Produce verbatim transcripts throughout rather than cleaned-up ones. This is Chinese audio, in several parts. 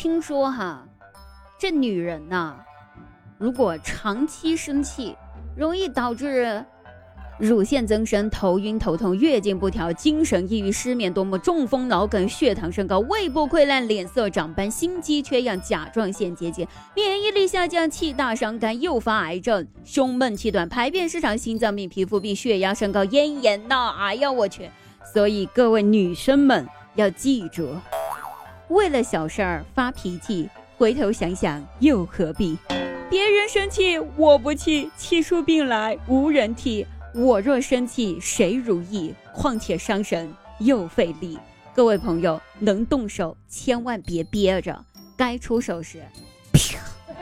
听说哈，这女人呐，如果长期生气，容易导致乳腺增生、头晕头痛、月经不调、精神抑郁、失眠多梦、中风、脑梗、血糖升高、胃部溃烂、脸色长斑、心肌缺氧、甲状腺结节、免疫力下降、气大伤肝、诱发癌症、胸闷气短、排便失常、心脏病、皮肤病、血压升高、咽炎呐！哎呀，我去！所以各位女生们要记住，为了小事儿发脾气，回头想想又何必？别人生气我不气，气出病来无人替。我若生气谁如意？况且伤神又费力。各位朋友，能动手千万别憋着，该出手时啪。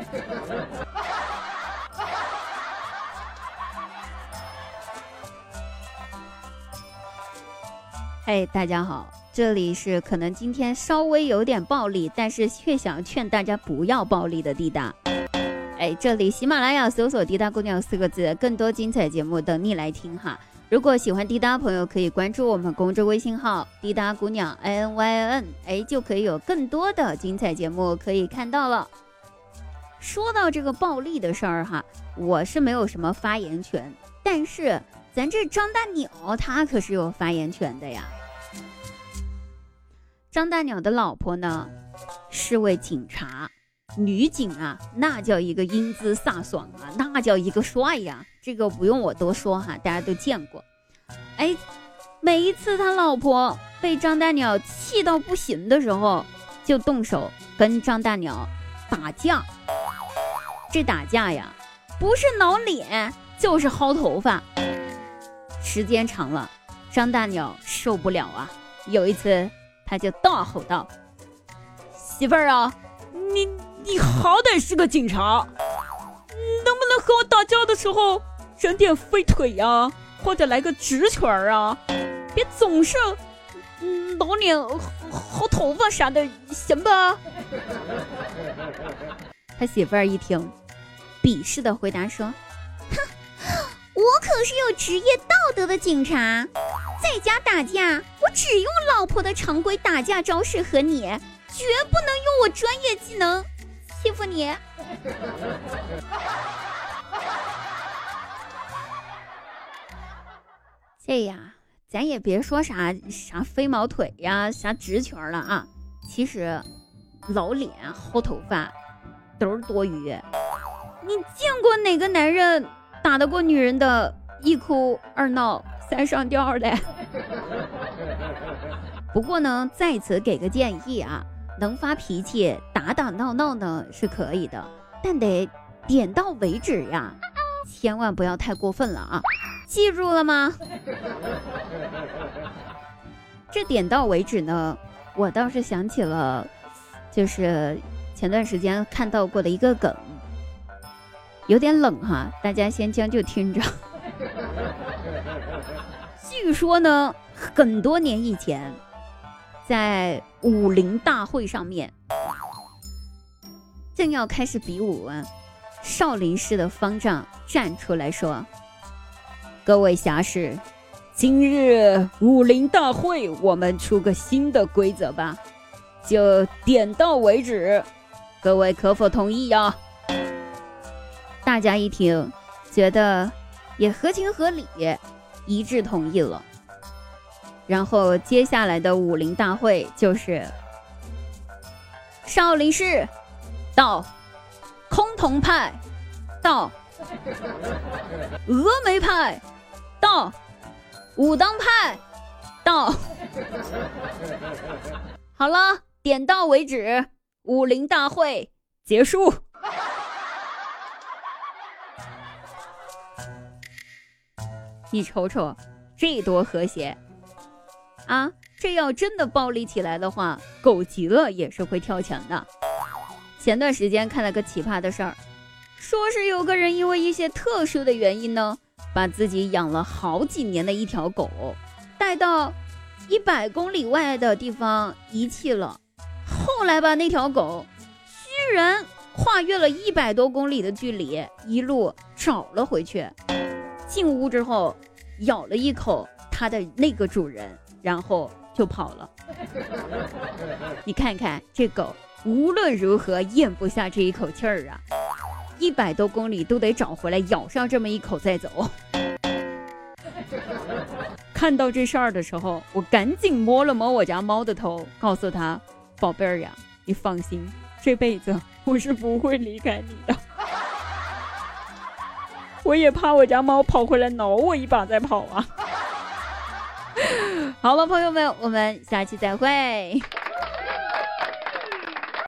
嘿、hey, 大家好，这里是可能今天稍微有点暴力，但是却想劝大家不要暴力的滴答。哎，这里喜马拉雅搜索滴答姑娘四个字，更多精彩节目等你来听哈。如果喜欢滴答朋友可以关注我们公众微信号滴答姑娘 I N Y N， 哎，就可以有更多的精彩节目可以看到了。说到这个暴力的事儿哈，我是没有什么发言权，但是咱这张大鸟他可是有发言权的呀。张大鸟的老婆呢是位警察，女警啊，那叫一个英姿飒爽啊，那叫一个帅呀，这个不用我多说哈，大家都见过。哎，每一次他老婆被张大鸟气到不行的时候，就动手跟张大鸟打架。这打架呀，不是挠脸就是薅头发，时间长了，张大鸟受不了啊。有一次他就大吼道：媳妇儿啊，你你好歹是个警察，能不能和我打架的时候整点飞腿啊，或者来个直拳啊，别总是挠脸薅头发啥的，行吧？他媳妇儿一听，鄙视的回答说：哼，我可是有职业道德的警察，在家打架我只用老婆的常规打架招式和你，绝不能用我专业技能欺负你。这呀，咱也别说啥啥飞毛腿呀，啥直拳了啊。其实老脸薅头发都是多余。你见过哪个男人打得过女人的一哭二闹三上吊的？不过呢，在此给个建议啊，能发脾气打打闹闹呢是可以的，但得点到为止呀，千万不要太过分了啊，记住了吗？这点到为止呢，我倒是想起了就是前段时间看到过的一个梗，有点冷哈，大家先将就听着。据说呢，很多年以前在武林大会上面正要开始比武啊，少林寺的方丈站出来说：各位侠士，今日武林大会我们出个新的规则吧，就点到为止，各位可否同意呀？大家一听觉得也合情合理，一致同意了。然后接下来的武林大会就是少林寺到，崆峒派到，峨眉派到，武当派到。好了，点到为止，武林大会结束。你瞅瞅，这多和谐啊！这要真的暴力起来的话，狗急了也是会跳墙的。前段时间看了个奇葩的事儿，说是有个人因为一些特殊的原因呢，把自己养了好几年的一条狗带到一百公里外的地方遗弃了，后来把那条狗居然跨越了一百多公里的距离，一路找了回去。进屋之后咬了一口它的那个主人，然后就跑了。你看看这狗无论如何咽不下这一口气儿啊，一百多公里都得找回来咬上这么一口再走。看到这事儿的时候，我赶紧摸了摸我家猫的头，告诉他：宝贝儿呀，你放心，这辈子我是不会离开你的。我也怕我家猫跑回来挠我一把再跑啊。好了，朋友们，我们下期再会。